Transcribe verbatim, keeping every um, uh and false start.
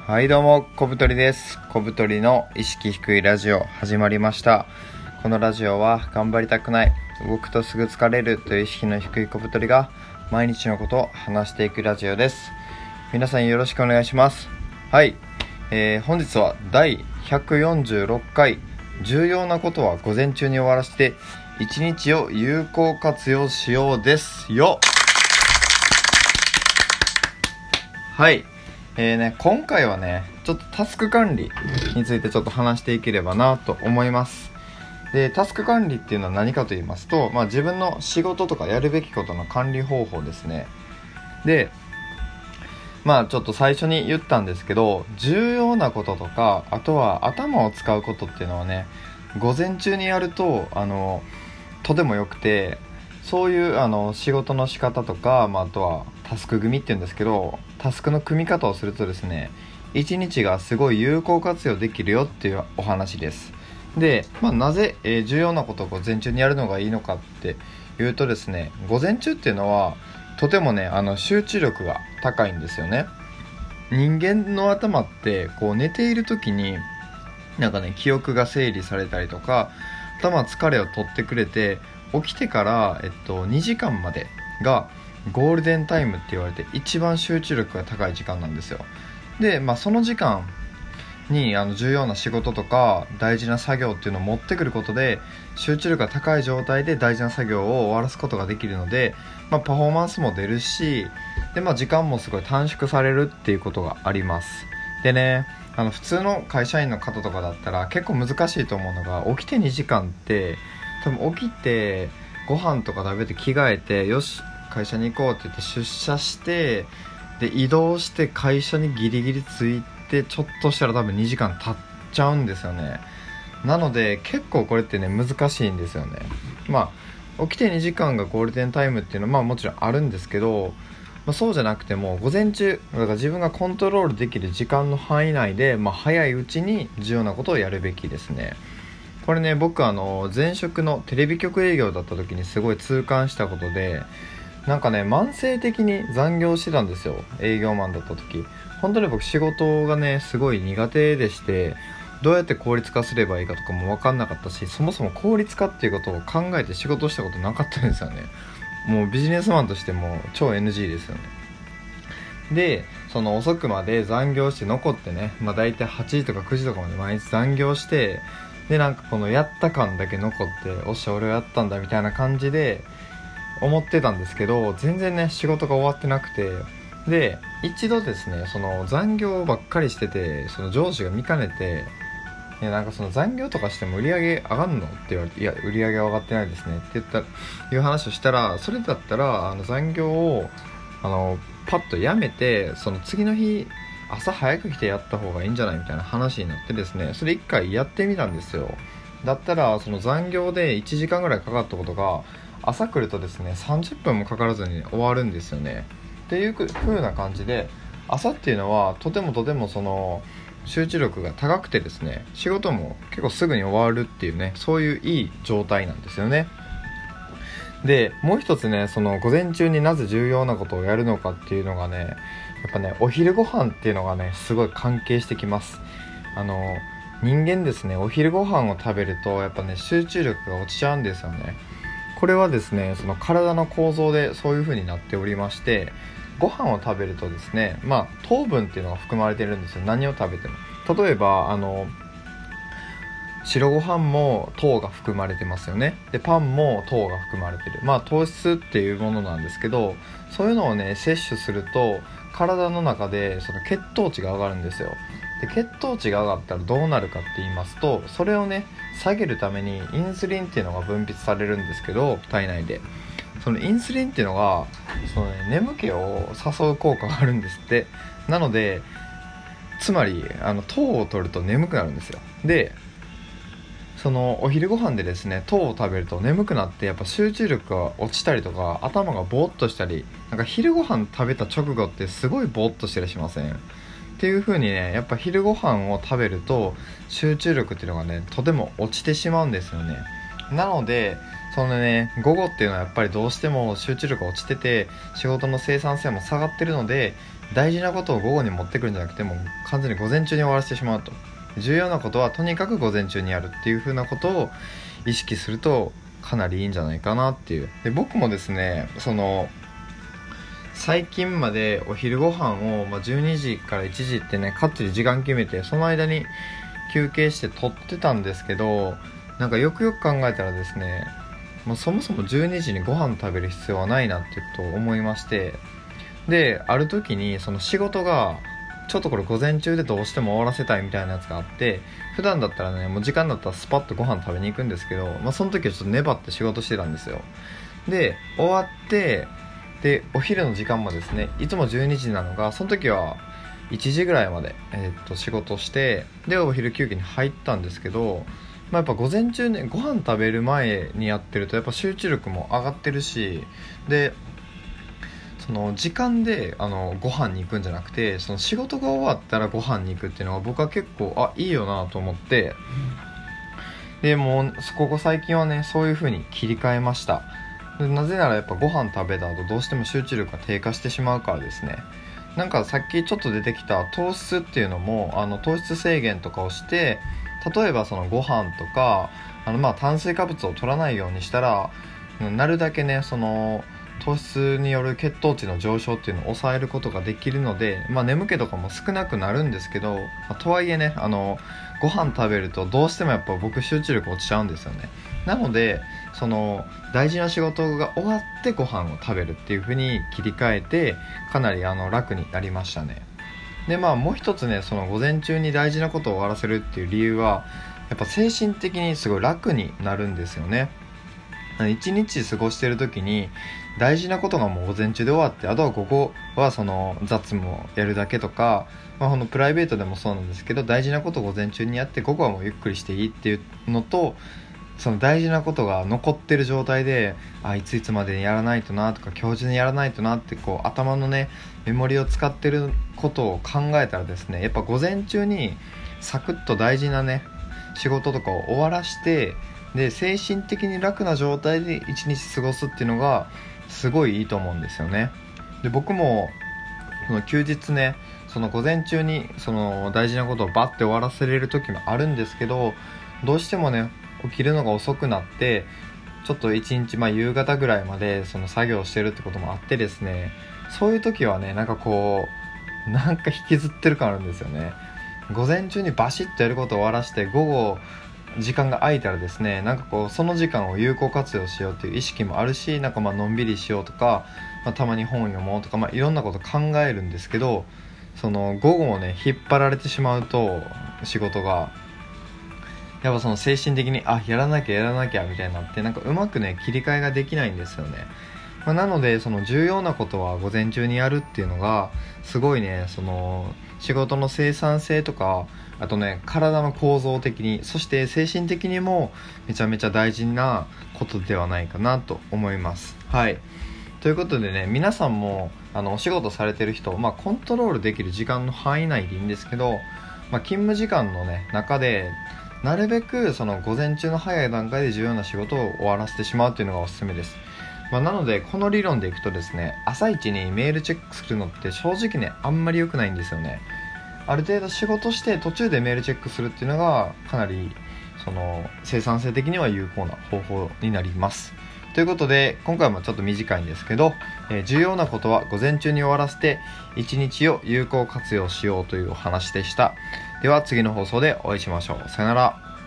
はいどうも、小太りです。小太りの意識低いラジオ始まりました。このラジオは頑張りたくない、動くとすぐ疲れるという意識の低い小太りが毎日のことを話していくラジオです。皆さんよろしくお願いします。はい、えー、本日はだいひゃくよんじゅうろっかい重要なことは午前中に終わらせて一日を有効活用しようですよ。はい、えーね、今回はねちょっとタスク管理についてちょっと話していければなと思います。でタスク管理っていうのは何かと言いますと、まあ、自分の仕事とかやるべきことの管理方法ですね。でまあちょっと最初に言ったんですけど、重要なこととかあとは頭を使うことっていうのはね午前中にやるとあのとてもよくて、そういうあの仕事の仕方とか、まあ、あとはタスク組っていうんですけど、タスクの組み方をするとですね一日がすごい有効活用できるよっていうお話です。で、まあ、なぜ、えー、重要なことを午前中にやるのがいいのかっていうとですね、午前中っていうのはとてもねあの集中力が高いんですよね。人間の頭ってこう寝ている時になんかね記憶が整理されたりとか頭疲れを取ってくれて、起きてから、えっと、にじかんまでがゴールデンタイムって言われて一番集中力が高い時間なんですよ。で、まあ、その時間にあの重要な仕事とか大事な作業っていうのを持ってくることで集中力が高い状態で大事な作業を終わらすことができるので、まあ、パフォーマンスも出るしで、まあ、時間もすごい短縮されるっていうことがあります。でねあの普通の会社員の方とかだったら結構難しいと思うのが、起きてにじかんって多分起きてご飯とか食べて着替えてよし会社に行こうって言って出社してで移動して会社にギリギリ着いてちょっとしたら多分にじかん経っちゃうんですよね。なので結構これってね難しいんですよね。まあ起きてにじかんがゴールデンタイムっていうのはまあもちろんあるんですけど、まあ、そうじゃなくても午前中だから自分がコントロールできる時間の範囲内で、まあ、早いうちに重要なことをやるべきですね。これね僕あの前職のテレビ局営業だった時にすごい痛感したことで、なんかね慢性的に残業してたんですよ。営業マンだった時本当に僕仕事がねすごい苦手でして、どうやって効率化すればいいかとかも分かんなかったし、そもそも効率化っていうことを考えて仕事したことなかったんですよね。もうビジネスマンとしても超 エヌジー ですよね。でその遅くまで残業して残ってね、まあ、大体はちじとかくじとかまで毎日残業して、でなんかこのやった感だけ残っておっしゃ俺はやったんだみたいな感じで思ってたんですけど、全然ね仕事が終わってなくて、で一度ですねその残業ばっかりしててその上司が見かねて、いやなんかその残業とかしても売り上げ上がんのって言われて、いや売り上げは上がってないですねって言ったいう話をしたら、それだったらあの残業をあのパッとやめてその次の日朝早く来てやった方がいいんじゃないみたいな話になってですね、それ一回やってみたんですよ。だったらその残業でいちじかんぐらいかかったことが朝来るとですねさんじゅっぷんもかからずに終わるんですよね。っていう風な感じで朝っていうのはとてもとてもその集中力が高くてですね、仕事も結構すぐに終わるっていうね、そういういい状態なんですよね。でもう一つねその午前中になぜ重要なことをやるのかっていうのがね、やっぱねお昼ご飯っていうのがねすごい関係してきます。あの人間ですねお昼ご飯を食べるとやっぱね集中力が落ちちゃうんですよね。これはですねその体の構造でそういう風になっておりまして、ご飯を食べるとですねまあ糖分っていうのが含まれてるんですよ。何を食べても例えばあの白ご飯も糖が含まれてますよね。でパンも糖が含まれてる、まあ糖質っていうものなんですけど、そういうのをね摂取すると体の中でその血糖値が上がるんですよ。で血糖値が上がったらどうなるかって言いますと、それをね下げるためにインスリンっていうのが分泌されるんですけど、体内でそのインスリンっていうのがその、ね、眠気を誘う効果があるんですって。なのでつまりあの糖を取ると眠くなるんですよ。でそのお昼ご飯でですね糖を食べると眠くなってやっぱ集中力が落ちたりとか頭がボーっとしたり、なんか昼ご飯食べた直後ってすごいボーっとしたりしませんっていう風にね、やっぱ昼ご飯を食べると集中力っていうのがねとても落ちてしまうんですよね。なのでそのね午後っていうのはやっぱりどうしても集中力が落ちてて仕事の生産性も下がってるので、 大事なことを午後に持ってくるんじゃなくてもう完全に午前中に終わらせてしまうと。重要なことはとにかく午前中にやるっていう風なことを意識するとかなりいいんじゃないかなっていう。で僕もですね、その最近までお昼ご飯を、まあ、じゅうにじからいちじってねかっちり時間決めてその間に休憩して取ってたんですけど、なんかよくよく考えたらですね、もうそもそもじゅうにじにご飯食べる必要はないなっていうことを思いまして、である時にその仕事がちょっとこれ午前中でどうしても終わらせたいみたいなやつがあって、普段だったらねもう時間だったらスパッとご飯食べに行くんですけど、まあ、その時はちょっと粘って仕事してたんですよ。で終わってでお昼の時間もですね、いつもじゅうにじなのがその時はいちじぐらいまで、えー、っと仕事してでお昼休憩に入ったんですけど、まあ、やっぱ午前中ねご飯食べる前にやってるとやっぱ集中力も上がってるし、でその時間であのご飯に行くんじゃなくて、その仕事が終わったらご飯に行くっていうのが僕は結構あいいよなと思って、でもうここ最近はねそういう風に切り替えました。なぜならやっぱご飯食べた後どうしても集中力が低下してしまうからですね。なんかさっきちょっと出てきた糖質っていうのもあの糖質制限とかをして、例えばそのご飯とかあのまあ炭水化物を取らないようにしたらなるだけねその糖質による血糖値の上昇っていうのを抑えることができるので、まあ、眠気とかも少なくなるんですけど、まあ、とはいえねあのご飯食べるとどうしてもやっぱ僕集中力落ちちゃうんですよね。なのでその大事な仕事が終わってご飯を食べるっていう風に切り替えてかなりあの楽になりましたね。でまあもう一つねその午前中に大事なことを終わらせるっていう理由はやっぱ精神的にすごい楽になるんですよね。一日過ごしてる時に大事なことがもう午前中で終わって、あとは午後はその雑務をやるだけとか、まあ、このプライベートでもそうなんですけど大事なことを午前中にやって午後はもうゆっくりしていいっていうのと、その大事なことが残ってる状態であいついつまでにやらないとなとか今日中にやらないとなってこう頭のねメモリを使ってることを考えたらですね、やっぱ午前中にサクッと大事なね仕事とかを終わらしてで精神的に楽な状態で一日過ごすっていうのがすごいいいと思うんですよね。で僕もその休日ねその午前中にその大事なことをバッて終わらせれる時もあるんですけど、どうしてもね起きるのが遅くなってちょっと一日、まあ、夕方ぐらいまでその作業してるってこともあってですね、そういう時はねなんかこうなんか引きずってる感あるんですよね。午前中にバシッとやることを終わらして午後時間が空いたらですね、なんかこうその時間を有効活用しようっていう意識もあるし、なんかまあのんびりしようとか、まあ、たまに本読もうとか、まあ、いろんなこと考えるんですけど、その午後をね引っ張られてしまうと仕事がやっぱその精神的にあやらなきゃやらなきゃみたいになってなんかうまくね切り替えができないんですよね。まあ、なのでその重要なことは午前中にやるっていうのがすごいねその仕事の生産性とかあとね体の構造的にそして精神的にもめちゃめちゃ大事なことではないかなと思います。はい、ということでね皆さんもあのお仕事されてる人、まあ、コントロールできる時間の範囲内でいいんですけど、まあ、勤務時間のね中でなるべくその午前中の早い段階で重要な仕事を終わらせてしまうというのがおすすめです。まあ、なのでこの理論でいくとですね朝一にメールチェックするのって正直ねあんまり良くないんですよね。ある程度仕事して途中でメールチェックするっていうのがかなりその生産性的には有効な方法になります。ということで今回もちょっと短いんですけど、えー、重要なことは午前中に終わらせて一日を有効活用しようというお話でした。では次の放送でお会いしましょう。さよなら。